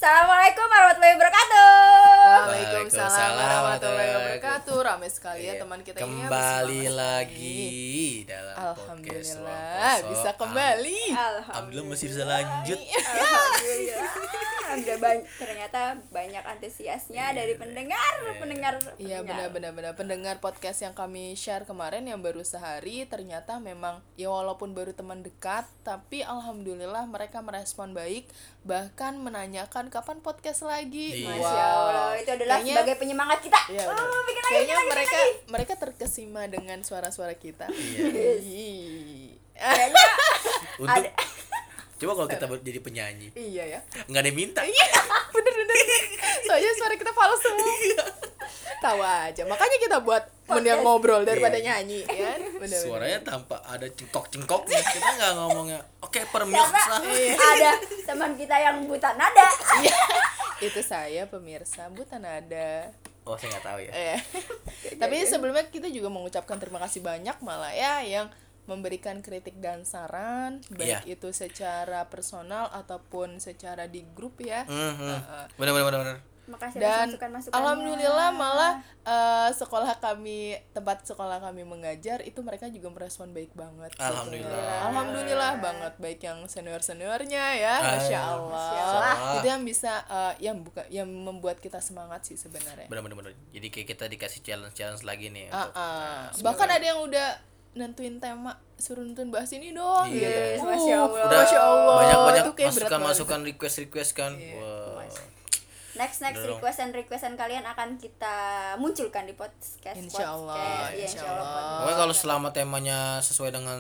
Assalamualaikum warahmatullahi wabarakatuh. Waalaikumsalam warahmatullahi wabarakatuh. Ramai sekali ya teman kita ini. Kembali lagi dalam podcast Alhamdulillah bisa kembali. Alhamdulillah masih bisa lanjut. Alhamdulillah. Ternyata banyak antusiasnya dari pendengar. Iya benar-benar pendengar podcast yang kami share kemarin yang baru sehari, ternyata memang ya walaupun baru teman dekat, tapi alhamdulillah mereka merespon baik, bahkan menanyakan kapan podcast lagi. Masya Allah, itu adalah sebagai penyemangat kita. Iya, kayaknya mereka terkesima dengan suara-suara kita. Kayaknya Untuk coba kalau kita jadi penyanyi, Iya ya. nggak ada yang minta. Bener. Soalnya suara kita palsu. Tahu aja. Makanya kita buat mending ngobrol daripada nyanyi, ya. Bener. Suaranya tanpa ada cengkok-cengkoknya. Kita nggak ngomongnya. Oke, per milk lah. ada teman kita yang buta nada. Iya. Itu saya pemirsa buta nada. Oh, saya nggak tahu ya. Tapi sebelumnya kita juga mengucapkan terima kasih banyak malah ya yang memberikan kritik dan saran, baik itu secara personal ataupun secara di grup ya. Benar. Makasih Dan atas masukan-masukannya. alhamdulillah malah tempat sekolah kami mengajar itu mereka juga merespon baik banget. Alhamdulillah banget, baik yang seniornya ya, masya Allah. Itu yang bisa yang membuat kita semangat sih sebenarnya. Benar. Jadi kayak kita dikasih challenge lagi nih. Bahkan ada yang udah nentuin tema, suruh nentuin bahas ini dong gitu. Masya Allah. Masya Allah. Banyak Itu kayak masukan request kan. Wow. Next requestan kalian akan kita munculkan di podcast. Insya Allah. Pokoknya kalau selama temanya sesuai dengan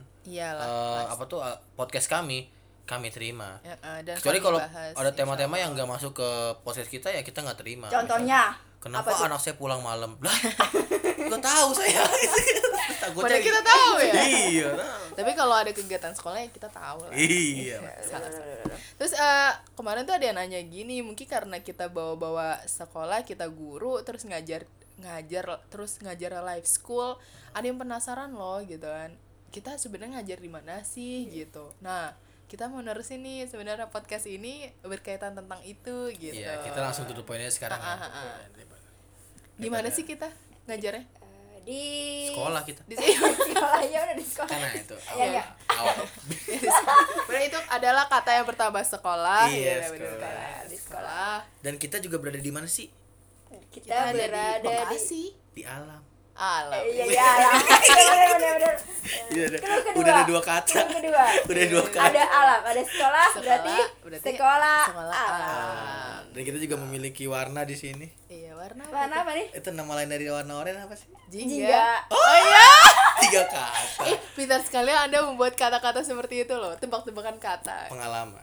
podcast kami terima. Kecuali kalau ada tema-tema yang nggak masuk ke podcast kita ya kita nggak terima. Contohnya kenapa anak saya pulang malam? Lah, nggak tahu saya. Padahal kita tahu ya. Iya. Tapi kalau ada kegiatan sekolah ya kita tahu lah. Iya. Terus kemarin tuh ada yang nanya gini, mungkin karena kita bawa sekolah, kita guru, terus ngajar terus ngajar live school, ada yang penasaran loh gitu kan. Kita sebenarnya ngajar di mana sih gitu. Nah, kita mau nerusin nih sebenarnya podcast ini berkaitan tentang itu gitu. Iya, kita langsung tutup poinnya sekarang. Gimana sih kita ngajarnya? Di sekolah kita. Di sini. Sekolahnya udah di sekolah. Karena itu. Iya. Benar, itu adalah kata yang pertama sekolah. Iya, Di sekolah. Dan kita juga berada di mana sih? Kita berada di Bekasi. Di alam. Alam. Iya, alam. Benar. Udah ada dua kata. Ada alam, ada sekolah berarti sekolah alam. Dan kita juga memiliki warna di sini. Iya, warna apa nih? Itu nama lain dari warna oranye apa sih? Jingga. Oh iya. 3 kata. Pintar sekali Anda membuat kata-kata seperti itu loh, tebak-tebakan kata. Pengalaman.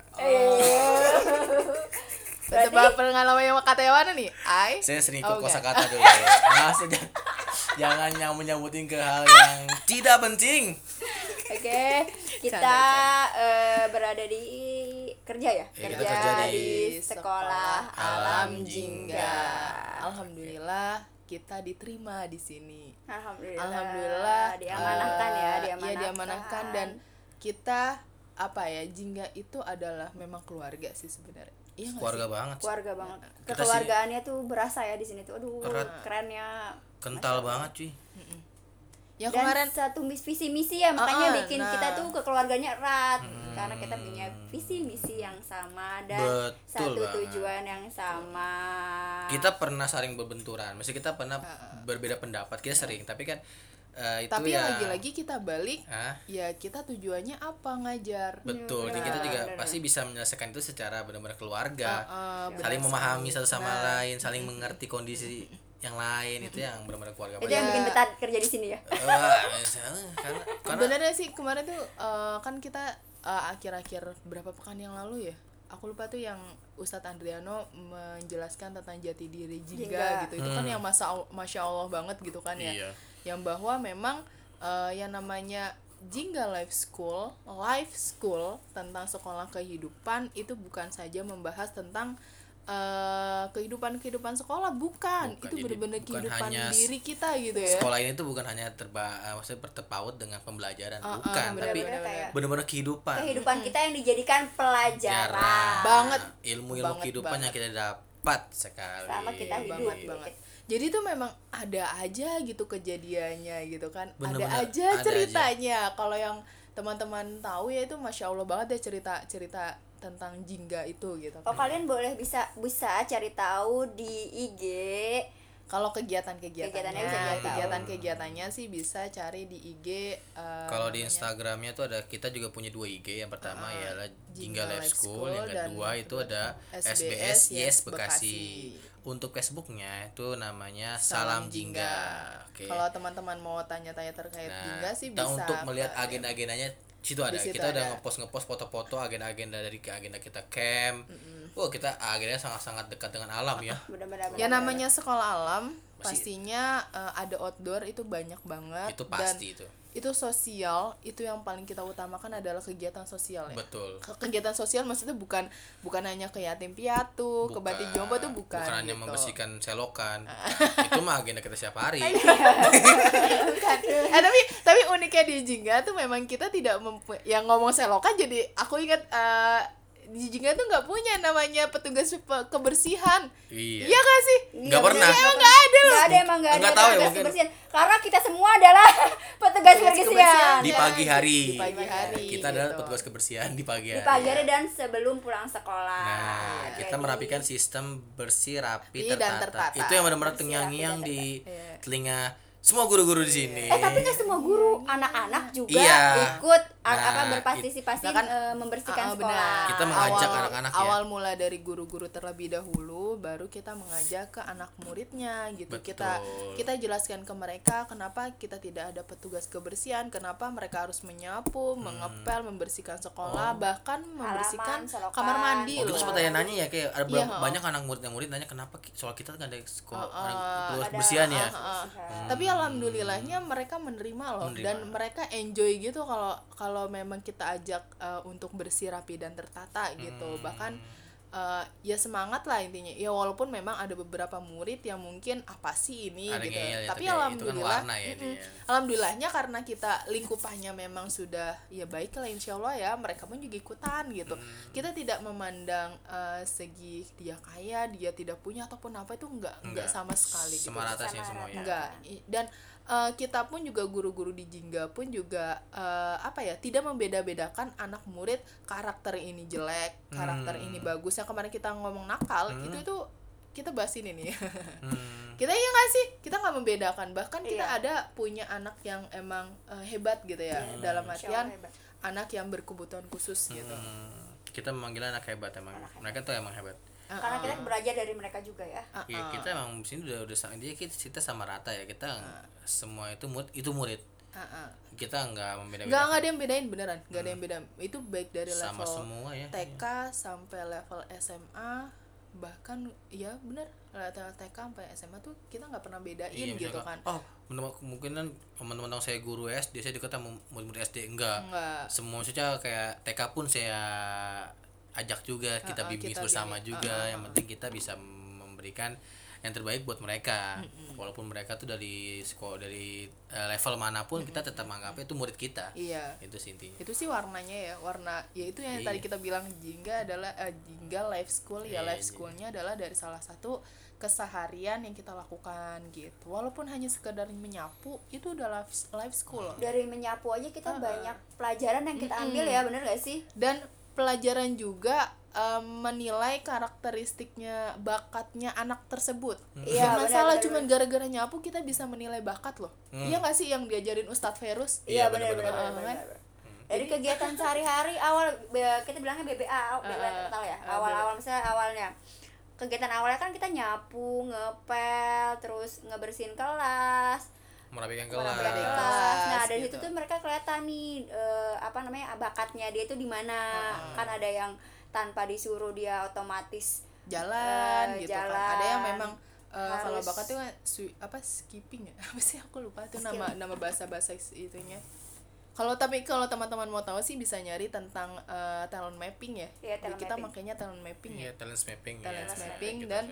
Tebak pengalaman yang kata yang mana nih? Saya sering ikut kosakata dulu. Jangan nyambutin ke hal yang tidak penting. Oke, kita berada di kerja ya? Kita kerja di sekolah Alam Jingga. Alhamdulillah kita diterima di sini. Alhamdulillah diamanahkan diamanahkan dan kita Jingga itu adalah memang keluarga sih sebenarnya. Iya, keluarga banget. Kekeluargaannya tuh berasa ya di sini tuh. Aduh, kerennya. Kental banget cuy. Yang kemarin satu visi misi ya, makanya bikin kita tuh kekeluarganya erat. Karena kita punya visi misi yang sama dan satu tujuan yang sama. Kita pernah saling berbenturan. Maksudnya kita pernah berbeda pendapat, kita sering, tapi kan tapi lagi-lagi kita balik, ya kita tujuannya apa ngajar. Betul, jadi kita juga pasti bisa menyelesaikan itu secara benar-benar keluarga, saling memahami satu sama lain, saling mengerti kondisi yang lain, itu yang benar-benar keluarga. Itu yang bikin betah kerja di sini ya. Karena sebenarnya sih kemarin tuh kan kita akhir-akhir berapa pekan yang lalu ya, aku lupa tuh yang Ustadz Andriano menjelaskan tentang jati diri Jingga gitu. Itu kan yang masya Allah banget gitu kan ya. Iya. Yang bahwa memang yang namanya Jingga Life School tentang sekolah kehidupan itu bukan saja membahas tentang kehidupan sekolah bukan. Itu benar-benar kehidupan diri kita gitu ya. Sekolah ini tuh bukan hanya maksudnya berterpaut dengan pembelajaran, bukan, tapi benar-benar kehidupan kita yang dijadikan pelajaran banget, ilmu kehidupan yang kita dapat sekali sama kita hidup banget. Jadi tuh memang ada aja gitu kejadiannya gitu kan. Bener-bener, ada aja ceritanya. Kalau yang teman-teman tahu ya itu Masya Allah banget ya cerita tentang jingga itu gitu. Oh, kalian boleh bisa cari tahu di IG. Kalau kegiatan-kegiatannya sih bisa cari di IG. Kalau di Instagramnya tuh kita juga punya 2 IG. Yang pertama ialah Jingga Life School, yang kedua itu ada SBS Yes Bekasi. Untuk Facebooknya itu namanya Salam Jingga. Okay. Kalau teman-teman mau tanya-tanya terkait Jingga sih bisa. Untuk melihat agenda-agendanya situ ada. Kita udah ngepost foto-foto agenda-agenda dari agenda kita camp. Kita agendanya sangat-sangat dekat dengan alam ya. Ya namanya sekolah alam pastinya ada outdoor itu banyak banget. Itu pasti dan itu sosial, itu yang paling kita utamakan adalah kegiatan sosial ya. Betul. Kegiatan sosial maksudnya bukan hanya ke yatim piatu, ke panti jompo tuh bukan. Bukan hanya gitu. Membersihkan selokan. Itu mah agenda kita setiap hari. Tapi uniknya di Jingga tuh memang kita tidak yang ngomong selokan, jadi aku ingat di Jingga tuh nggak punya namanya petugas kebersihan. Iya gak sih? Nggak pernah. Nggak ada tahu petugas kebersihan. Karena kita semua adalah petugas kebersihan di pagi hari. gitu. Kita adalah petugas kebersihan di pagi hari. Di pagi hari dan sebelum pulang sekolah. Nah, kita merapikan sistem bersih, rapi, tertata. Itu yang benar-benar terngiang-ngiang di telinga semua guru-guru di sini. Tapi nggak semua guru, anak-anak juga ikut berpartisipasi membersihkan sekolah. Benar. Kita mengajak anak-anak awal mula dari guru-guru terlebih dahulu, baru kita mengajak ke anak muridnya gitu. Betul. Kita jelaskan ke mereka kenapa kita tidak ada petugas kebersihan, kenapa mereka harus menyapu, mengepel, membersihkan sekolah, bahkan membersihkan kamar mandi. Itu sempat nanya ya, kayak ada banyak anak murid nanya kenapa soal kita nggak ada sekolah petugas kebersihan ya. Tapi alhamdulillahnya mereka menerima loh. Dan mereka enjoy gitu kalau memang kita ajak untuk bersih, rapi dan tertata gitu. Bahkan ya semangat lah intinya. Ya walaupun memang ada beberapa murid yang mungkin apa sih ini ada gitu. Tapi alhamdulillah kan alhamdulillahnya karena kita lingkupannya memang sudah ya baik lah insyaallah ya, mereka pun juga ikutan gitu. Kita tidak memandang segi dia kaya, dia tidak punya ataupun apa, itu enggak sama sekali gitu. Sama ratasnya semuanya. Enggak. Dan kita pun juga guru-guru di Jingga pun juga tidak membeda-bedakan anak murid karakter ini jelek, karakter ini bagus. Yang kemarin kita ngomong nakal, itu kita bahas ini nih. Kita iya nggak sih, kita nggak membedakan, bahkan kita ada punya anak yang emang hebat gitu ya, dalam artian anak yang berkebutuhan khusus gitu. Kita memanggil anak hebat emang, mereka tuh emang hebat. Karena kita belajar dari mereka juga ya. Iya, kita emang di sini udah dia kita sama rata ya, kita semua itu murid. Kita nggak membeda-bedakan. Nggak ada yang bedain beneran, nggak ada yang beda. Itu baik dari sama level semua, ya. TK sampai level SMA, bahkan ya bener level TK sampai SMA tuh kita nggak pernah bedain gitu kan. Mungkin kan teman-teman saya guru SD, saya dekat sama murid-murid SD, enggak. Semua maksudnya kayak TK pun saya ajak juga, kita bimbing bersama juga. Yang penting kita bisa memberikan yang terbaik buat mereka. Walaupun mereka tuh dari sekolah, dari level manapun, kita tetap menganggapnya itu murid kita. Iya. Itu sih intinya. Itu sih warnanya ya, warna ya itu yang tadi kita bilang Jingga adalah Jingga Life School ya. Life Schoolnya adalah dari salah satu keseharian yang kita lakukan gitu. Walaupun hanya sekedar menyapu, itu udah life school. Dari menyapu aja kita banyak pelajaran yang kita ambil ya, bener gak sih? Dan pelajaran juga menilai karakteristiknya, bakatnya anak tersebut. Iya, masalah cuma gara-gara nyapu kita bisa menilai bakat loh. Iya nggak sih yang diajarin Ustadz Ferus? Iya benar. Dari kegiatan sehari-hari awal kita bilangnya BBA tahu ya. Awal misalnya awalnya kegiatan awalnya kan kita nyapu, ngepel, terus ngebersihin kelas, merapikan kelas. Nah dari situ tuh mereka kelihatan nih bakatnya dia tuh di mana. Kan ada yang tanpa disuruh dia otomatis jalan gitu kan. Ada yang memang kalau bakat tuh skipping ya. Apa sih aku lupa tuh nama bahasa itunya. Kalau teman-teman mau tahu sih bisa nyari tentang talent mapping ya. Talent kita mapping. makanya talent mapping ya. Talent mapping. Talent mapping dan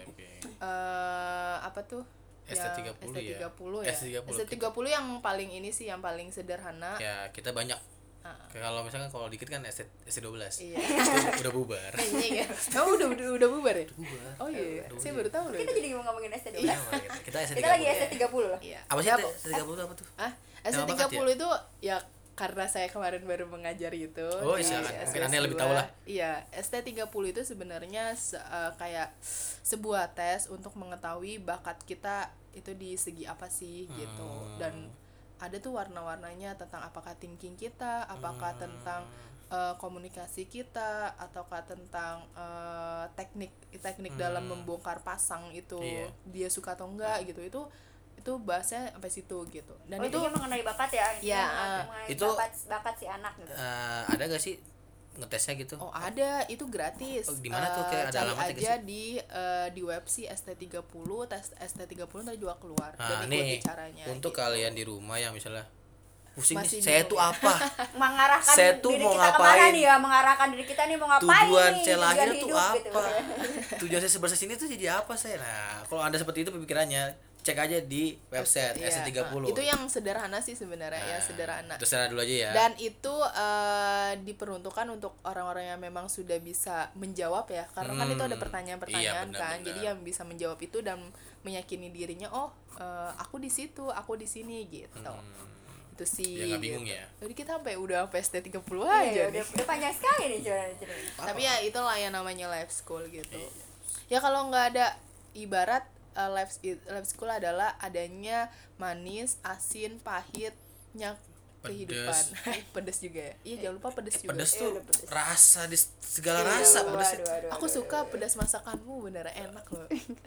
apa tuh? ST30 ya. ST30 yang paling ini sih, yang paling sederhana. Ya, kita banyak. Kalau misalkan kalau dikit kan ST12. Iya. Udah bubar. Iya. Oh, udah bubar ya? Bubar. Oh iya. Saya baru tahu loh. Kita jadi mau ngomongin ST12. Kita ST30. Kita lagi ST30 loh. Iya. Apa sih ST30 apa tuh? ST30 itu ya karena saya kemarin baru mengajar itu. Oh iya, mungkin Anda lebih tahu lah. Iya, ST30 itu sebenarnya kayak sebuah tes untuk mengetahui bakat kita itu di segi apa sih gitu. Dan ada tuh warna-warnanya tentang apakah thinking kita, apakah tentang komunikasi kita, ataukah tentang teknik dalam membongkar pasang itu dia suka atau enggak gitu. Itu bahasnya sampai situ gitu. Dan itu mengenai bakat ya. Ya, itu bakat si anak gitu. Ada gak sih ngetesnya gitu? Oh, ada, itu gratis. Di mana tuh kayak ada alamatnya aja di web sih ST30, tes ST30 ntar juga keluar. Dan ikuti caranya. Untuk gitu. kalian di rumah yang misalnya pusing nih, Masih saya tuh apa? Mengarahkan saya tuh diri mau kita ngapain? kemana nih ya, mengarahkan diri kita nih mau ngapain Tujuan nih, saya lahir tuh hidup, apa? gitu. Tujuan saya sebesar sini tuh jadi apa saya? Nah, kalau Anda seperti itu pemikirannya, cek aja di website ST30. Itu yang sederhana sih sebenarnya, ya sederhana. Itu sederhana dulu aja ya. Dan itu diperuntukkan untuk orang-orang yang memang sudah bisa menjawab ya, karena kan itu ada pertanyaan-pertanyaan kan. Benar. Jadi yang bisa menjawab itu dan meyakini dirinya, aku di situ, aku di sini gitu. Itu sih. Ya nggak bingung ya. Jadi kita udah ST30 aja nih. Udah panjang sekali nih cerita. Tapi ya itulah yang namanya life school gitu. Ya kalau nggak ada, ibarat life school adalah adanya manis, asin, pahitnya kehidupan. Pedes juga ya. Iya, jangan lupa pedes juga. Pedes tuh rasa di segala rasa pedes. Aku suka pedas masakanmu, beneran enak loh.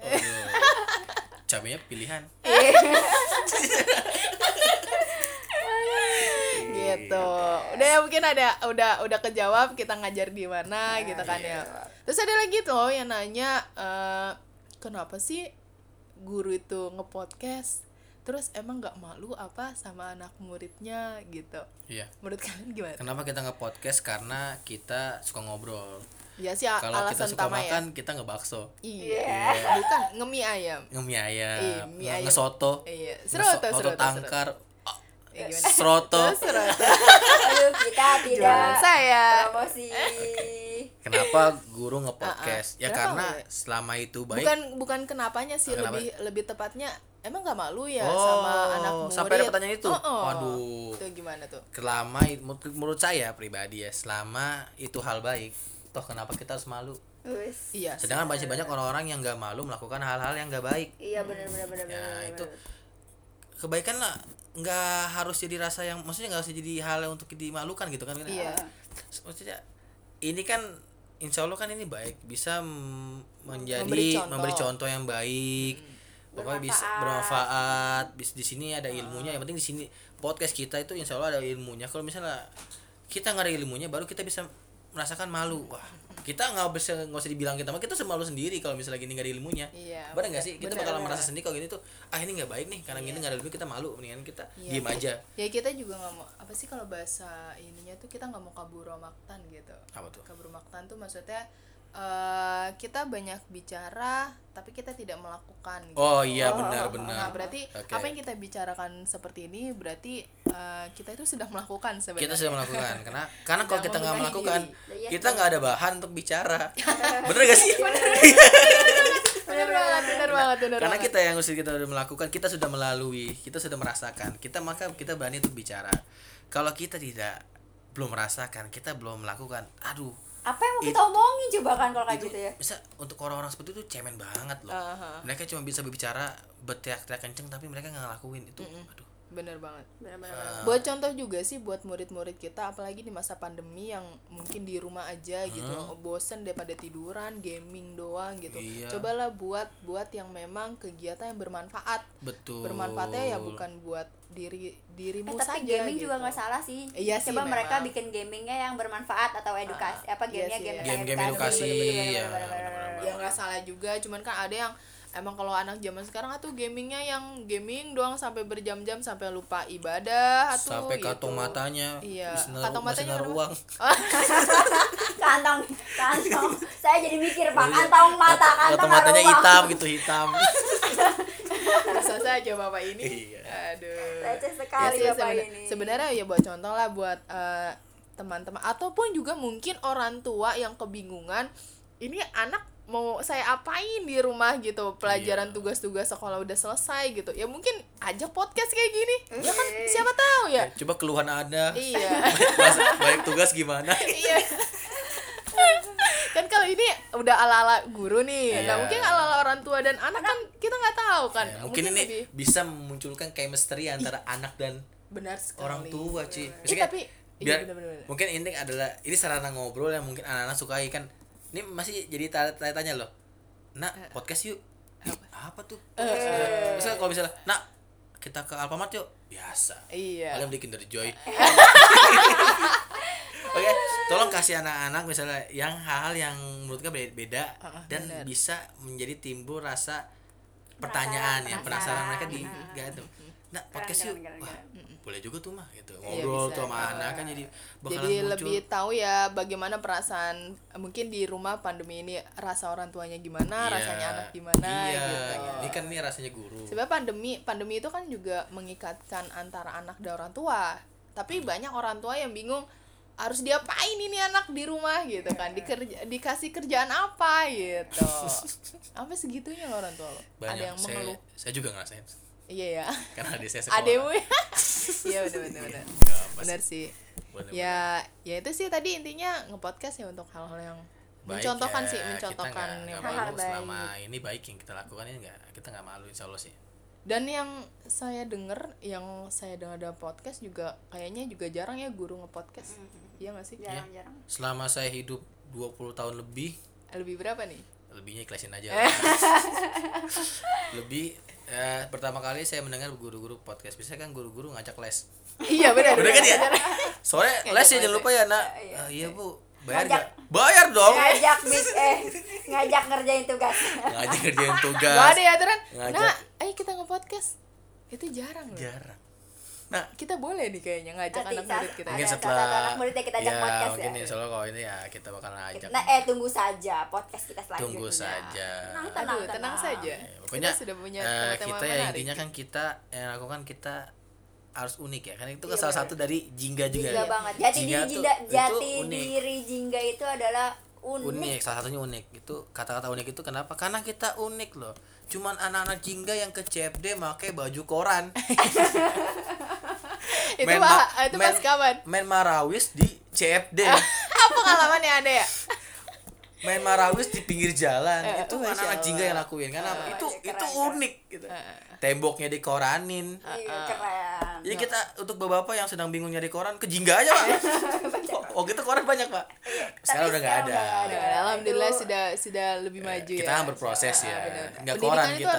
Cabenya pilihan. Gitu. Udah ya, mungkin udah kejawab kita ngajar di mana gitu kan ya. Terus ada lagi tuh yang nanya kenapa sih guru itu nge-podcast? Terus emang nggak malu apa sama anak muridnya gitu? Iya. Menurut kalian gimana? Kenapa kita nge-podcast? Karena kita suka ngobrol. Ya sih, kalau kita suka ya. makan, kita ngebakso. Iya. Bukan nge-mie ayam. Nge-mie ayam. Mie ayam. Nge-soto. Iya. Soto tangkar. Seroto. Aduh, kita tidak Jualan saya. promosi. Kenapa guru nge-podcast? Ya Kenapa karena ya? selama itu baik. Bukan kenapanya sih, Kenapa? lebih tepatnya emang nggak malu ya sama anak murid. Sampai ada pertanyaan itu. Waduh. Itu gimana tuh? Selama menurut saya pribadi ya, selama itu hal baik, toh kenapa kita harus malu? Iya. Sedangkan banyak orang-orang yang nggak malu melakukan hal-hal yang nggak baik. Iya, benar. Ya itu kebaikan lah, nggak harus jadi rasa yang, maksudnya nggak harus jadi hal yang untuk dimalukan gitu kan? Iya. Maksudnya ini kan insya Allah kan ini baik, bisa Memberi memberi contoh yang baik, pokoknya bisa bermanfaat. Di sini ada ilmunya, yang penting di sini podcast kita itu insya Allah ada ilmunya. Kalau misalnya kita nggak ada ilmunya, baru kita bisa merasakan malu. Wah, kita nggak usah dibilang kita semalu sendiri kalau misalnya gini nggak ada ilmunya. Iya, benar nggak sih? Kita bakal merasa sendiri kalau gini tuh, ini nggak baik nih, karena gini nggak ada ilmu, kita malu, mendingan kita diem aja. Ya kita juga nggak mau, apa sih kalau bahasa ininya tuh, kita nggak mau kabur maktan gitu. Apa tuh? Kabur maktan tuh maksudnya kita banyak bicara tapi kita tidak melakukan gitu. Oh iya, benar. Nah, berarti apa yang kita bicarakan seperti ini berarti kita itu sudah melakukan sebenarnya. Kita sudah melakukan, karena kalau kita nggak melakukan, kita nggak ada bahan untuk bicara. Bener gak sih? Bener banget. Karena kita yang kita udah melakukan, kita sudah melalui, kita sudah merasakan, maka kita berani untuk bicara. Kalau kita belum merasakan, kita belum melakukan, aduh, apa yang mau kita omongin coba kan kalau kayak gitu ya? Bisa untuk orang-orang seperti itu cemen banget loh. Mereka cuma bisa berbicara, berteriak-teriak kenceng, tapi mereka nggak ngelakuin itu. Aduh. Bener banget. Buat contoh juga sih buat murid-murid kita, apalagi di masa pandemi yang mungkin di rumah aja gitu, bosen daripada tiduran, gaming doang gitu. Iya. Cobalah buat yang memang kegiatan yang bermanfaat. Betul. Bermanfaatnya ya bukan buat dirimu saja. Tapi gaming gitu. juga nggak salah sih. Iya sih, coba memang. mereka bikin gamingnya yang bermanfaat atau edukasi, Iya sih, game edukasi. Ya nggak salah juga, cuman kan ada yang emang kalau anak zaman sekarang tuh gamingnya yang gaming doang sampai berjam-jam sampai lupa ibadah tuh sampai gitu. kantong matanya Kantong matanya uang. kantong saya jadi mikir Pak, kantong kantong matanya uang. hitam bisa saja bapak ini. Iya. Aduh, receh sekali sih, Bapak ini. sebenarnya ya buat contoh lah buat teman-teman ataupun juga mungkin orang tua yang kebingungan ini anak mau saya apain di rumah gitu, pelajaran tugas-tugas sekolah udah selesai gitu ya, mungkin ajak podcast kayak gini ya kan, siapa tahu ya. Coba keluhan Anda. Iya. Banyak tugas gimana? Iya. Kan kalau ini udah ala-ala guru nih, nah mungkin ala-ala orang tua dan anak kan kita nggak tahu kan. Mungkin ini bisa memunculkan chemistry antara anak dan benar sekali. orang tua, Ci. Tapi biar bener. mungkin ini adalah sarana ngobrol yang mungkin anak-anak sukai kan. Ini masih jadi tanya loh. Nak, podcast yuk. Apa tuh? Misalnya kalau misalnya, nak, kita ke Alfamart yuk. Biasa. Iya. Kalian beli Kinder Joy. Oke, tolong kasih anak-anak misalnya yang hal-hal yang menurut mereka beda dan bener. Bisa menjadi timbul rasa pertanyaan ya, penasaran mereka di gitu. Nah, podcast yuk. Wah, boleh juga tuh mah gitu. Ngobrol tuh sama anak kan jadi muncul. Lebih tahu ya bagaimana perasaan mungkin di rumah pandemi ini, rasa orang tuanya gimana, rasanya anak gimana gitu. Ini kan nih rasanya guru. Sebenarnya pandemi itu kan juga mengikatkan antara anak dan orang tua. Tapi banyak orang tua yang bingung harus diapain ini anak di rumah gitu kan, dikasih kerjaan apa gitu. Sampai segitunya loh orang tua lo. Banyak, ada yang mengeluh. Saya juga ngerasain. Iya ya. Karena adik saya sekolah. Ademu ya. Iya benar. Benar sih. Ya itu sih tadi intinya nge-podcast ya untuk hal-hal yang baik mencontohkan ya, mencontohkan yang hal-hal baik. Selama ini baik yang kita lakukan ini kita nggak malu, insya Allah sih. Dan yang saya dengar dalam podcast juga kayaknya juga jarang ya guru nge-podcast. Iya nggak sih? Jarang. Selama saya hidup 20 tahun lebih. Lebih berapa nih? Lebihnya ikhlasin aja. Lebih pertama kali saya mendengar guru-guru podcast. Biasanya kan guru-guru ngajak les. Iya benar. Benar kan ya? Soalnya les ya jangan lupa ya, Nak. Iya, Bu. Bayar dong. Ngajak ngerjain tugas. Gak ada ya aturan. Nah, ayo kita nge-podcast. Itu jarang loh. Nah, kita boleh nih kayaknya ngajak anak murid kita. Mungkin setelah anak muridnya kita ajak podcast mungkin ya. Mungkin kalau ini ya kita bakal ajak. Tunggu saja podcast kita selanjutnya. Tunggu saja. Tenang saja. Pokoknya kita sudah punya kita ya intinya kan kita yang lakukan kita harus unik ya, karena itu kan salah satu dari Jingga juga. Jingga banget. Jati diri Jingga itu adalah unik. Salah satunya unik. Itu kata-kata unik itu kenapa? Karena kita unik loh. Cuman anak-anak Jingga yang ke CFD pakai baju koran. Itu pas kapan? Main marawis di CFD. Apa pengalamannya ada ya? Main marawis di pinggir jalan. Itu anak-anak Jingga yang lakuin. Karena itu unik gitu. Temboknya dikoranin. Keren. Jadi kita untuk bapak-bapak yang sedang bingung nyari koran, ke Jingga aja, Pak. Oh, gitu koran banyak, Pak. Sekarang udah enggak ada. Alhamdulillah sudah lebih maju ya. Kita kan berproses ya. Enggak koran kita.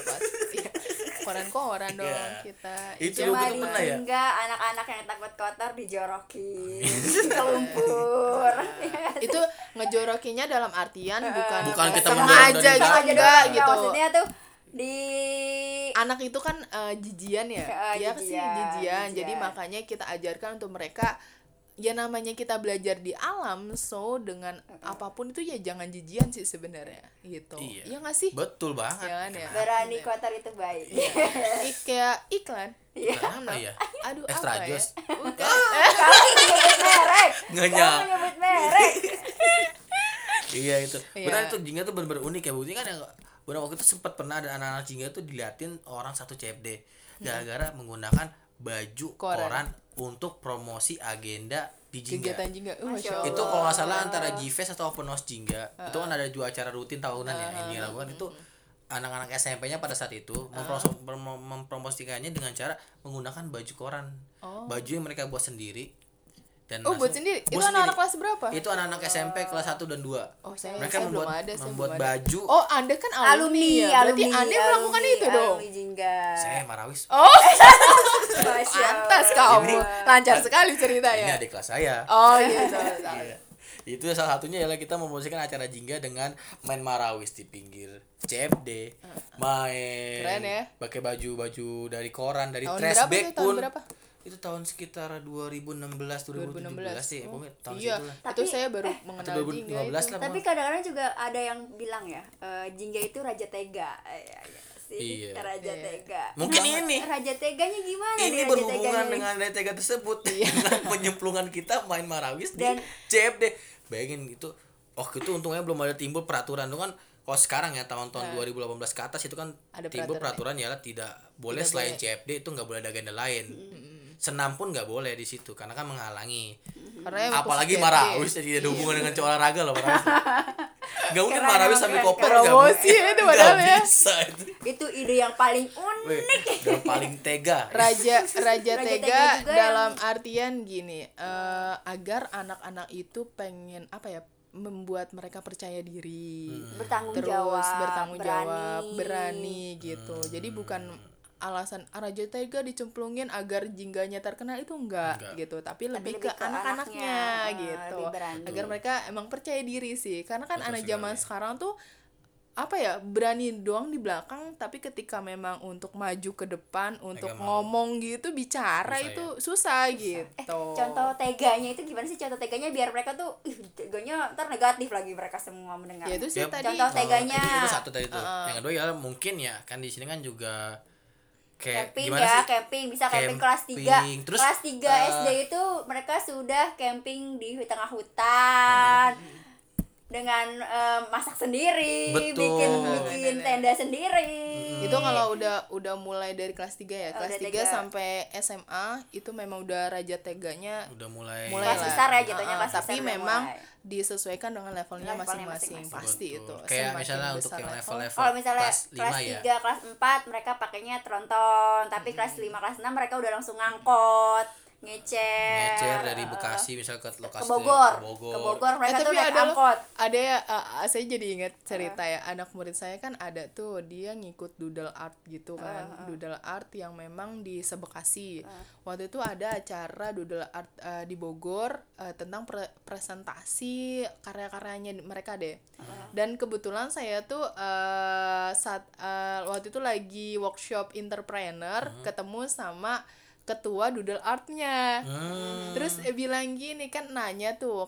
Koran dong kita. Itu lu betul pernah ya? Enggak, anak-anak yang takut kotor dijorokin ke lumpur. Itu ngejorokinya dalam artian bukan kita sengaja juga gitu. Maksudnya tuh di anak itu kan jijian ya. Dia sih jijian. Jadi makanya kita ajarkan untuk mereka ya namanya kita belajar di alam, so dengan apapun itu ya jangan jijian sih sebenarnya gitu. Iya nggak sih? Betul banget. Jangan ya. Berani kotor itu baik. Kayak iklan. Apa ya? Aduh, Extra apa Joss. Ya? Bukan. Kamu nyebut merek. Nyebut merek. Iya itu. Benar itu Jingga tuh benar-benar unik ya. Buktinya kan yang benar waktu itu sempat pernah ada anak-anak Jingga tuh diliatin orang satu CFD gara-gara menggunakan baju koran untuk promosi agenda di Jingga. Kegiatan Jingga. Itu kalau nggak salah antara G-Fest atau Open House Jingga. Itu kan ada dua acara rutin tahunan ya yang dilakukan itu anak-anak SMP-nya pada saat itu mempromosikannya dengan cara menggunakan baju koran. Baju yang mereka buat sendiri. Dan buat sendiri? Itu anak-anak kelas berapa? Itu anak-anak SMP kelas 1 dan 2. Mereka membuat baju. Oh, Anda kan alumni ya? Berarti Anda melakukan itu dong? Alumni Jingga. Saya marawis. Pantas kamu. Lancar sekali ceritanya. Ini adik kelas saya. Oh iya. Itu salah satunya adalah kita mempromosikan acara Jingga dengan main marawis di pinggir CFD, main keren ya. pakai baju dari koran, dari Tahun trash berapa bag itu? Tahun pun berapa? itu tahun sekitar 2016 sih, pokoknya tahun Iya, segitu lah. itu saya baru mengenal Atau Jingga 2015 itu. lah. Tapi kadang-kadang juga ada yang bilang ya, Jingga itu raja tega. Iya. Raja tega. Mungkin Nah, ini raja teganya gimana nih ini raja berhubungan teganya? dengan raja tega tersebut dengan penyemplungan kita main marawis Dan- di CFD. Bayangin itu, itu untungnya belum ada timbul peraturan itu kan. Kalau sekarang ya tahun-tahun 2018 ke atas itu kan Ada timbul peraturan ya tidak boleh selain CFD itu nggak boleh ada agenda lain. Senam pun nggak boleh di situ karena kan menghalangi. Karena Apalagi CFD. marawis jadi ada hubungan dengan olahraga loh marawis. Gak mungkin marawis sambil keren. koper Promosi itu padahal ya. bisa itu. Itu ide yang paling Weh, unik. yang paling tega. Raja Tega tega juga dalam artian gini, agar anak-anak itu pengen apa ya, membuat mereka percaya diri, Bertanggung terus jawab, bertanggung jawab, berani. berani gitu. Jadi bukan alasan Raja tega dicemplungin agar jingganya terkenal, itu enggak gitu, tapi lebih ke anak-anaknya gitu, lebih berani. agar mereka emang percaya diri sih, karena kan Betul anak sekali. zaman sekarang tuh apa ya, berani doang di belakang, tapi ketika memang untuk maju ke depan, untuk Agak malu. ngomong gitu, bicara Susah itu susah gitu. Contoh teganya itu gimana sih, contoh teganya biar mereka tuh teganya ntar negatif lagi mereka semua mendengar. Ya itu sih Ya, tadi. contoh teganya. itu satu tadi tuh. Yang kedua ya mungkin ya kan di sini kan juga kayak Camping gimana ya, sih? camping bisa camping kelas 3. Camping. Terus, Kelas 3 SD itu mereka sudah camping di tengah hutan. Dengan masak sendiri, Betul. bikin tenda sendiri. Itu kalau udah mulai dari kelas 3 ya, kelas udah 3 tiga. sampai SMA itu memang udah raja teganya udah mulai Kelas lah. besar ya jatuhnya, kelas tapi besar udah memang mulai. disesuaikan dengan levelnya Levelnya masing-masing, masing-masing. pasti Betul. itu. Kayak Semakin misalnya untuk besar yang level, level-level Kalau misalnya kelas 5 kelas ya. 3, kelas 4 mereka pakainya tronton, tapi kelas 5, kelas 6 mereka udah langsung ngangkot, Ngecer dari Bekasi misal ke lokasi ke Bogor. ke Bogor. Ke Bogor mereka tuh tapi naik ada loh, angkot. ada ya, saya jadi ingat cerita ya, anak murid saya kan ada tuh, dia ngikut doodle art gitu kan, doodle art yang memang di Sebekasi. Waktu itu ada acara doodle art di Bogor, tentang presentasi karya-karyanya mereka deh. Dan kebetulan saya tuh saat waktu itu lagi workshop entrepreneur, ketemu sama ketua doodle artnya. Terus bilang gini kan, nanya tuh,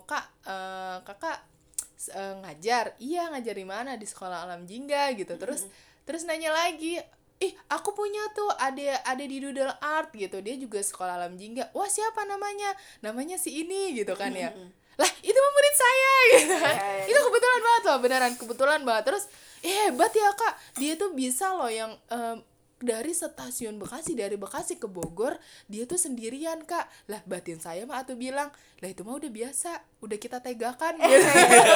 kakak ngajar? Iya, ngajar di mana? Di sekolah alam Jingga gitu. Terus nanya lagi, aku punya tuh ada di doodle art gitu, dia juga sekolah alam Jingga. Wah, siapa namanya? Namanya si ini gitu kan ya. Lah, itu mah murid saya gitu kan. Itu kebetulan banget loh, beneran kebetulan banget. Terus hebat ya kak, dia tuh bisa loh yang dari stasiun Bekasi, dari Bekasi ke Bogor, dia tuh sendirian kak. Lah batin saya mah tuh bilang, lah itu mah udah biasa, udah kita tegakan gitu.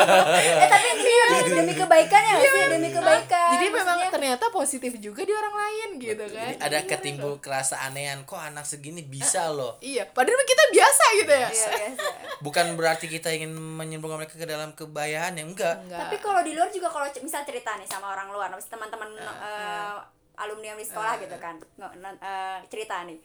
Tapi ini demi kebaikan ya nggak sih, demi kebaikan. Jadi memang Maksudnya, ternyata positif juga di orang lain gitu kan. Jadi ada ketimbul kerasa anehan, kok anak segini bisa loh. Iya, padahal kita biasa gitu ya. iya, biasa. Bukan berarti kita ingin menyemplungkan mereka ke dalam kebayaan ya, enggak. Tapi kalau di luar juga, kalau misal cerita nih sama orang luar, misalnya teman-teman alumni yang di sekolah gitu kan, cerita nih,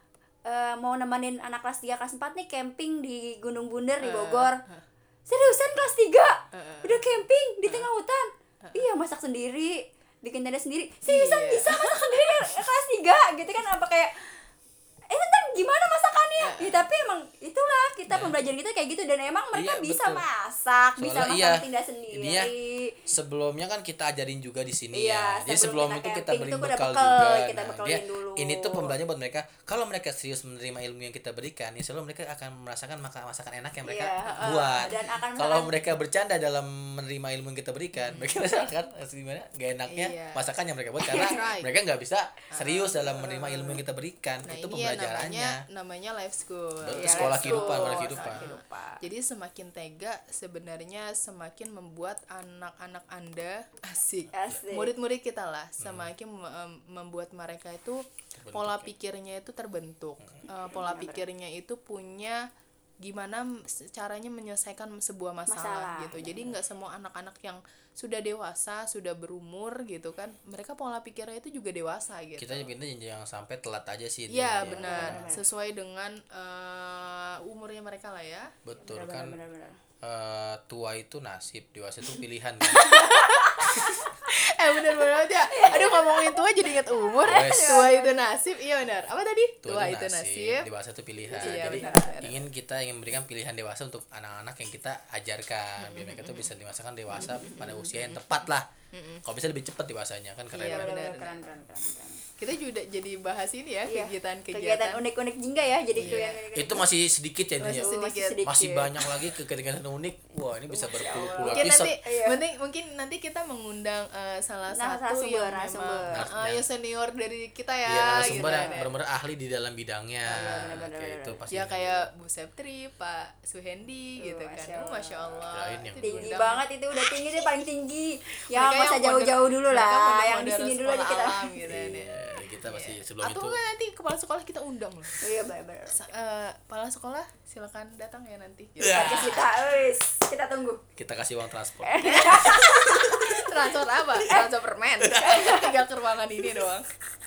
mau nemenin anak kelas 3, kelas 4 nih camping di Gunung Bunder di Bogor. Seriusan kelas 3 udah camping di tengah hutan? Iya, masak sendiri, bikin tenda sendiri. Seriusan Iya. bisa masak sendiri kelas 3 gitu kan, apa kayak ntar gimana masakannya? Ya, tapi emang itulah kita pembelajaran kita kayak gitu, dan emang mereka Iya, bisa betul. masak, bisa Soalnya masak tenda sendiri. Intinya, sebelumnya kan kita ajarin juga di sini Iya, ya. Jadi sebelum sebelum kita itu kita camping beri itu udah bekal bekal, juga. kita Nah, bekalin dia dulu. ini tuh pembelajaran buat mereka. Kalau mereka serius menerima ilmu yang kita berikan, ya selalu mereka akan merasakan masakan enak yang mereka Iya, buat. dan akan Kalau merasakan- mereka bercanda dalam menerima ilmu yang kita berikan, mereka rasakan gimana gak enaknya Iya. masakan yang mereka buat, karena Right. mereka nggak bisa serius dalam menerima ilmu yang kita berikan. Nah, Itu ini ya pembelajarannya. namanya life school. Betul, Ya, sekolah life school. kehidupan, sekolah Sekolah kehidupan. kehidupan. Jadi semakin tega sebenarnya semakin membuat anak-anak Anda asik. Asik. Murid-murid kita lah semakin membuat mereka itu pola pikirnya itu terbentuk. Pola pikirnya itu punya gimana caranya menyelesaikan sebuah masalah gitu. Jadi nggak semua anak-anak yang sudah dewasa, sudah berumur gitu kan, mereka pola pikirnya itu juga dewasa gitu. Kita jangan sampai telat aja sih. Iya benar, sesuai dengan umurnya mereka lah ya. Betul benar, kan. benar. Tua itu nasib, dewasa itu pilihan kan. Bener-bener aja. Aduh, ngomongin tua jadi inget umur. Tua itu nasib. Iya benar. Apa tadi? Tua itu nasib. Dewasa itu pilihan. Iya, jadi benar. kita ingin memberikan pilihan dewasa untuk anak-anak yang kita ajarkan biar mereka tuh bisa dewasa pada usia yang tepat lah. Kalau bisa lebih cepat dewasanya kan keren. Iya, banget. benar. Keren. Kita juga jadi bahas ini ya, kegiatan unik-unik jingga ya, jadi Itu masih sedikit ya ini ya. sedikit. Masih banyak lagi kegiatan unik. Wah, ini bisa berpuluh-puluh Mungkin episode. mungkin nanti kita mengundang salah satu yang narasumber. memang yang senior dari kita ya. Iya, narasumber gitu yang kan, ya. benar-benar ahli di dalam bidangnya. benar. Itu pasti. Ya kayak Bu Septri, Pak Suhendi gitu kan. Masya Allah. Kirain yang Itu Tinggi diundang. banget itu, udah tinggi sih, paling tinggi. Ya Mereka nggak usah yang jauh-jauh dulu lah, yang di model sini dulu aja sekolah kita. alam gitu kan, ya. Iya, kita pasti sebelum Atau itu. enggak nanti kepala sekolah kita undang loh. Iya benar. Kepala sekolah silakan datang ya nanti. Gitu. Ya. Kita tunggu. Kita kasih uang transport. Transfer apa? Transfer permen. Tinggal ke ruangan ini doang.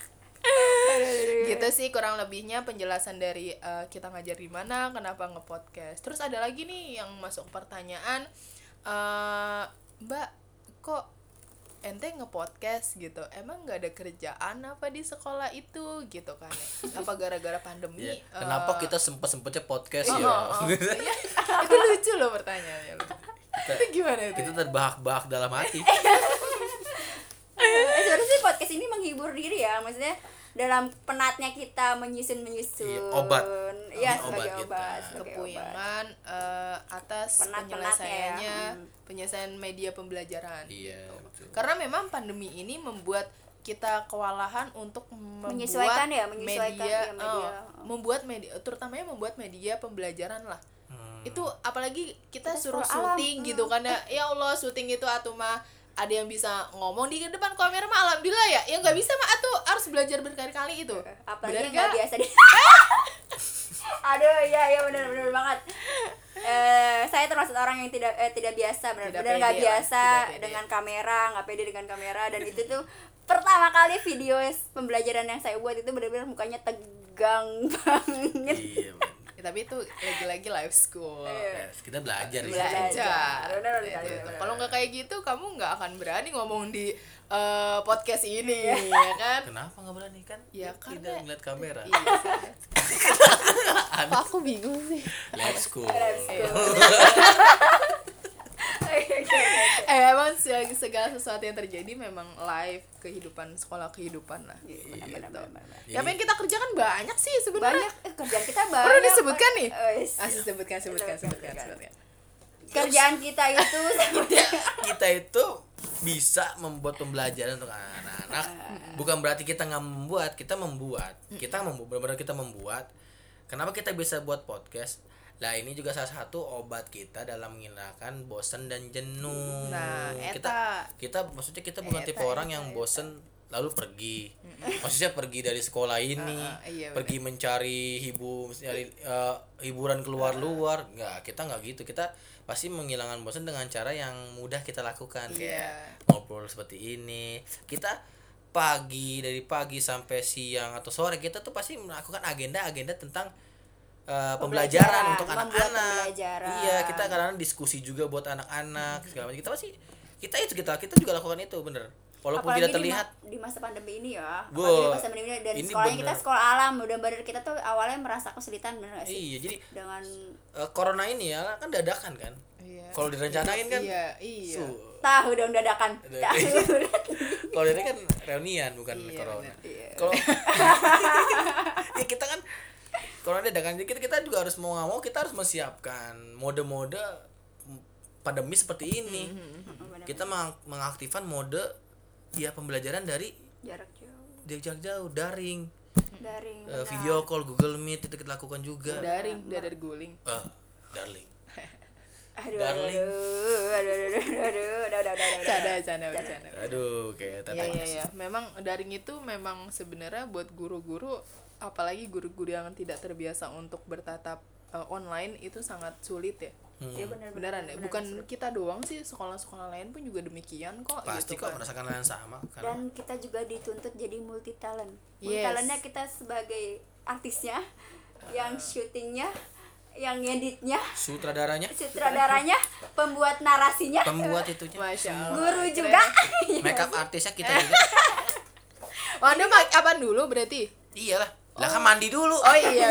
Gitu sih kurang lebihnya penjelasan dari kita ngajar di mana, kenapa nge-podcast. Terus ada lagi nih yang masuk pertanyaan, Mbak, kok ente nge-podcast gitu, emang nggak ada kerjaan apa di sekolah itu gitu kan ya? Apa gara-gara pandemi? Iya. Kenapa kita sempetnya podcast ya? Iya. Itu lucu loh pertanyaannya. Itu gimana itu? Kita terbahak-bahak dalam hati. Sebenarnya sih podcast ini menghibur diri ya, maksudnya dalam penatnya kita menyusun Iya, obat. ya Obat sebagai kita. obat, sebagai obat. Kepuyangan atas Penat-penatnya penyelesaiannya, ya. penyelesaian media pembelajaran. Iya, gitu. betul. Karena memang pandemi ini membuat kita kewalahan untuk Menyesuaikan ya, media, media. membuat media, terutamanya membuat media pembelajaran lah. Itu apalagi kita suruh sekolah alam. syuting gitu kan ya Allah, syuting itu atuh mah ada yang bisa ngomong di depan kamera mah alhamdulillah ya nggak bisa mah atuh harus belajar berkali-kali itu. Apalagi nggak biasa di aduh ya benar banget. Saya termasuk orang yang tidak biasa, benar-benar nggak biasa dengan kamera, nggak pede dengan kamera, dan itu tuh pertama kali video pembelajaran yang saya buat itu benar-benar mukanya tegang banget. Iya, tapi itu lagi-lagi live school. Yes, kita belajar ya. Benar. Kalau nggak kayak gitu kamu nggak akan berani ngomong di podcast ini ya kan. Kenapa nggak berani kan? Ya Tidak karena ngeliat kamera. iya sih. Aku bingung sih. Live school. Emang segala sesuatu yang terjadi memang live kehidupan lah gitu. Benar. Tapi yang kita kerjakan banyak sih sebenarnya. Banyak kerjaan kita banyak. Perlu disebutkan nih? Sebutkan. Sebutkan. Kerjaan kita itu Kita itu bisa membuat pembelajaran untuk anak-anak. Bukan berarti kita nggak membuat, kita membuat. Benar-benar kita membuat. Kenapa kita bisa buat podcast? Nah, ini juga salah satu obat kita dalam menghilangkan bosan dan jenuh. Nah, kita maksudnya kita bukan tipe orang yang bosan lalu pergi. Maksudnya pergi dari sekolah ini, iya, pergi mencari hiburan keluar-luar. Kita nggak gitu. Kita pasti menghilangkan bosan dengan cara yang mudah kita lakukan. Kayak ngobrol seperti ini. Kita dari pagi sampai siang atau sore kita tuh pasti melakukan agenda tentang pembelajaran untuk anak-anak. Iya, kita kadang-kadang diskusi juga buat anak-anak segala macam. Kita juga lakukan itu, bener. Walaupun apalagi tidak terlihat di masa pandemi ini ya. Wow, Apalagi di masa pandemi ini, dan ini sekolahnya bener. kita sekolah alam, udah bener kita tuh awalnya merasa kesulitan, bener gak sih? Iya, jadi dengan corona ini ya kan dadakan kan. Iya. Kalau direncanain kan Iya. tahu dong dadakan. Kalau ini kan reunian bukan Iya, corona. bener. Kalau ya kita kan corona dadakan, jadi kita juga harus mau nggak mau kita harus menyiapkan mode-mode pandemi seperti ini. Kita mengaktifkan mode pembelajaran dari jarak jauh, daring. benar. Video call, Google Meet itu kita lakukan juga. Daring, dadar guling. Darling. Aduh, Darling. udah. Canda. Aduh, kayak tata. Iya. Memang daring itu memang sebenarnya buat guru-guru, apalagi guru-guru yang tidak terbiasa untuk bertatap online itu sangat sulit ya. Iya Beneran ya, bukan kita doang sih, sekolah-sekolah lain pun juga demikian kok. Pasti gitu kok kan. merasakan hal yang sama karena Dan kita juga dituntut jadi multi talent. Multi Yes. talentnya kita sebagai artisnya, yang syutingnya, yang ngeditnya, sutradaranya, pembuat narasinya, pembuat itunya, Masya Allah. guru juga. makeup artisnya kita juga. Oh, Anda make-upan dulu berarti? Iyalah, lah kan mandi dulu. Oh iya.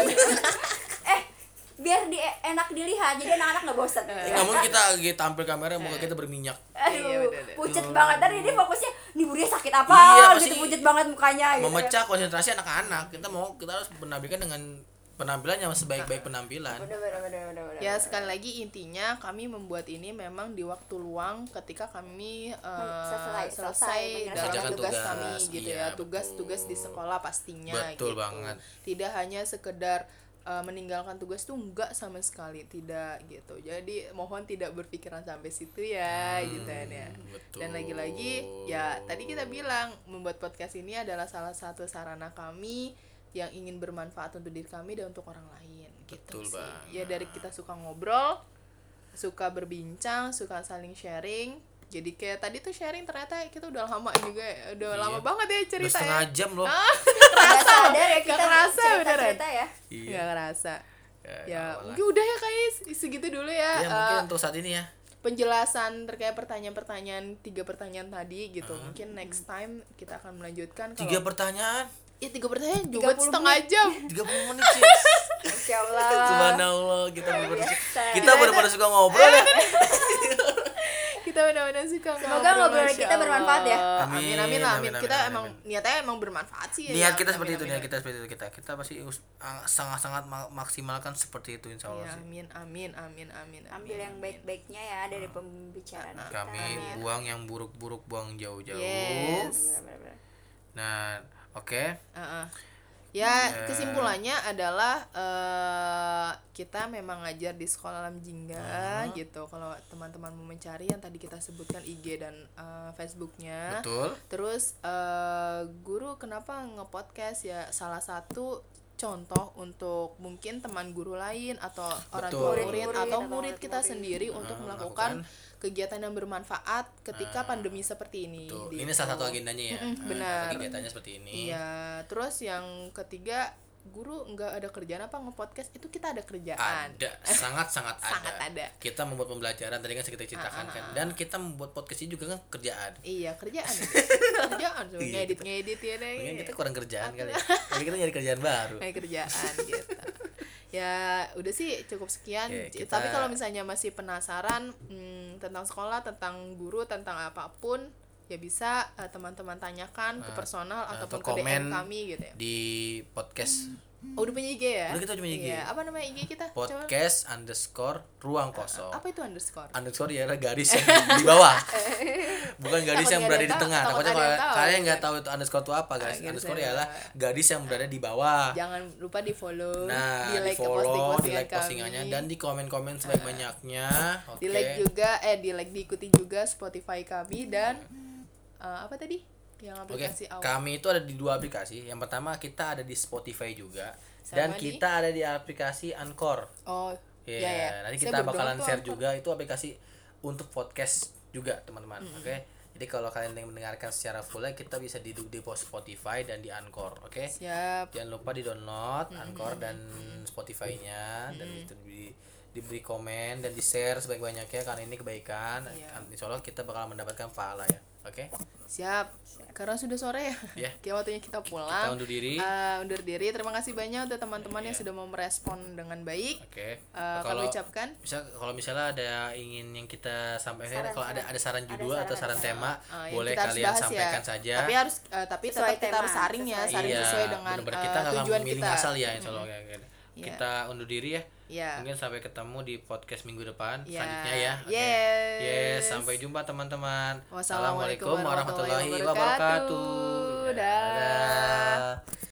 Biar enak dilihat, jadi anak-anak nggak bosan. Nggak mungkin kita lagi tampil kamera muka kita berminyak. Aduh, bener. pucet banget. Tadi ini fokusnya, nih Buria sakit apa? Iya, pasti gitu, pucet banget mukanya. Gitu. Memecah konsentrasi anak-anak. Kita harus menampilkan dengan penampilan yang sebaik-baik penampilan. Bener. Ya sekali lagi intinya kami membuat ini memang di waktu luang ketika kami selesai dalam mengerjakan tugas tugas, kami gitu iya, ya, tugas-tugas di sekolah pastinya. Betul gitu. banget. Tidak hanya sekedar meninggalkan tugas tuh enggak sama sekali, tidak gitu. Jadi mohon tidak berpikiran sampai situ ya gitu kan ya. Betul. Dan lagi-lagi ya tadi kita bilang membuat podcast ini adalah salah satu sarana kami yang ingin bermanfaat untuk diri kami dan untuk orang lain gitu. Betul sih. banget. Ya dari kita suka ngobrol, suka berbincang, suka saling sharing. Jadi kayak tadi tuh sharing ternyata kita udah lama juga ya. Udah lama banget ya Udah cerita setengah ya. jam loh. Nggak sadar ya kita Nggak kerasa cerita ya. Iya. Nggak ngerasa. Ya, apalah. mungkin udah ya kayaknya segitu dulu ya. Ya mungkin untuk saat ini ya. Penjelasan terkait pertanyaan-pertanyaan 3 pertanyaan tadi gitu. Mungkin next time kita akan melanjutkan 3 pertanyaan, ya 3 pertanyaan juga 30 setengah jam. 30 menit sih. Masya Allah. Subhanallah, kita benar-benar suka ngobrol ya. Kita benar-benar suka Semoga ngobrol Masya kita bermanfaat ya. Allah. Amin, Amin. amin, Kita amin, emang amin. niatnya emang bermanfaat sih ya. Niat kita seperti itu, Amin, niat kita seperti itu. Kita pasti sangat-sangat maksimalkan seperti itu insya Allah Ya, sih. amin. Ambil yang baik-baiknya ya dari pembicaraan kita. Kami buang yang buruk-buruk, buang jauh-jauh. Yes. Bener-bener. Nah, oke. Ya kesimpulannya adalah kita memang ngajar di sekolah alam jingga gitu. Kalau teman-teman mau mencari yang tadi kita sebutkan IG dan Facebooknya. Betul. Terus guru kenapa nge-podcast ya, salah satu contoh untuk mungkin teman guru lain atau orang tua Betul. murid Murid atau atau murid kita murid. sendiri untuk melakukan kegiatan yang bermanfaat ketika pandemi seperti ini. Tuh, gitu. ini salah satu agendanya ya. benar. Kegiatannya seperti ini. Iya, terus yang ketiga, guru nggak ada kerjaan apa nge-podcast, itu kita ada kerjaan. Ada, sangat-sangat ada. Sangat ada. Kita membuat pembelajaran tadi kan kita ceritakan kan. Dan kita membuat podcast ini juga kan kerjaan. Iya, kerjaan. kerjaan so, Iya, ngedit ya deh. Mungkin kita kurang kerjaan kali ya. Jadi kita nyari kerjaan baru. Kayak kerjaan gitu. Ya, udah sih cukup sekian. Oke, kita- Tapi kalau misalnya masih penasaran tentang sekolah, tentang guru, tentang apapun, ya bisa teman-teman tanyakan ke personal ataupun ke DM kami gitu ya. Di podcast Oh, udah punya IG ya? Udah, kita punya IG. Iya. Apa nama IG kita? Coba. podcast_ruang kosong. Apa itu underscore? Underscore ya garis yang di bawah. Bukan garis Takut yang nggak berada ada di yang tengah. tahu, Takutnya takut ada yang kalau tahu. kalian nggak tahu itu underscore itu apa, guys. Garis Underscore yang ialah bawah. garis yang berada di bawah. Jangan lupa di follow, Nah, di like di-follow, di like postingannya postingannya kami. dan di komen-komen sebanyak-banyaknya. Di Oke. like juga, diikuti juga Spotify kami dan apa tadi? Yang Oke, aplikasi awal. kami itu ada di 2 aplikasi. Yang pertama kita ada di Spotify juga dan Sama di- kita ada di aplikasi Anchor. Oh, Iya, ya ya. nanti Saya kita baru bakalan download tuh share Anchor. juga itu aplikasi untuk podcast juga, teman-teman. Oke. Jadi kalau kalian yang mendengarkan secara full kita bisa di Spotify dan di Anchor, oke? Siap. Jangan lupa di-download Anchor dan Spotify-nya dan itu diberi komen dan di-share sebanyak-banyaknya karena ini kebaikan. Iya. Insya Allah kita bakal mendapatkan pahala ya. Oke? Siap. Karena sudah sore ya. Ya. Kayak waktunya kita pulang. Kita undur diri. Undur diri. Terima kasih banyak untuk teman-teman yang Iya. sudah mau merespon dengan baik. Oke. Kami ucapkan kalau misalnya ada ingin yang kita sampaikan, kalau ada saran judul saran, atau saran ada tema, yang boleh kita harus kalian bahas sampaikan ya. saja. Tapi Sesuai tetap kita tema, harus saring ya, sesuai- saring Iya, sesuai dengan bener-bener kita nggak akan tujuan memilih kita. asal ya, insya Allah kayak gitu. Iya. Kita undur diri ya. Iya. Mungkin sampai ketemu di podcast minggu depan Iya. selanjutnya ya. Oke. Yes. Yes, sampai jumpa teman-teman. Wassalamualaikum Assalamualaikum warahmatullahi warahmatullahi wabarakatuh. wabarakatuh. Dah. Dadah.